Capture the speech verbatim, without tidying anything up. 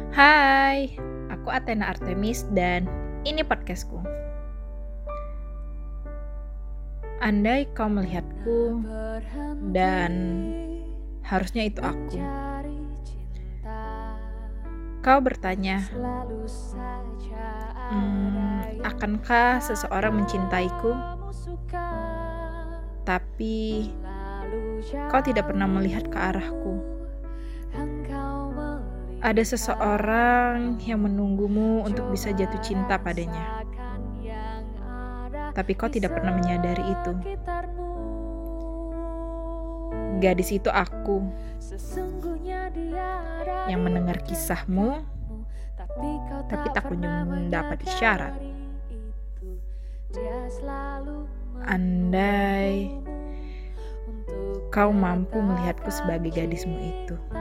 Hai, aku Athena Artemis dan ini podcastku. Andai kau melihatku dan harusnya itu aku. Kau bertanya, hmm, akankah seseorang mencintaiku? Tapi kau tidak pernah melihat ke arahku. Ada seseorang yang menunggumu untuk bisa jatuh cinta padanya. Tapi kau tidak pernah menyadari itu. Gadis itu aku, yang mendengar kisahmu, tapi tak kunjung mendapat isyarat. Andai kau mampu melihatku sebagai gadismu itu.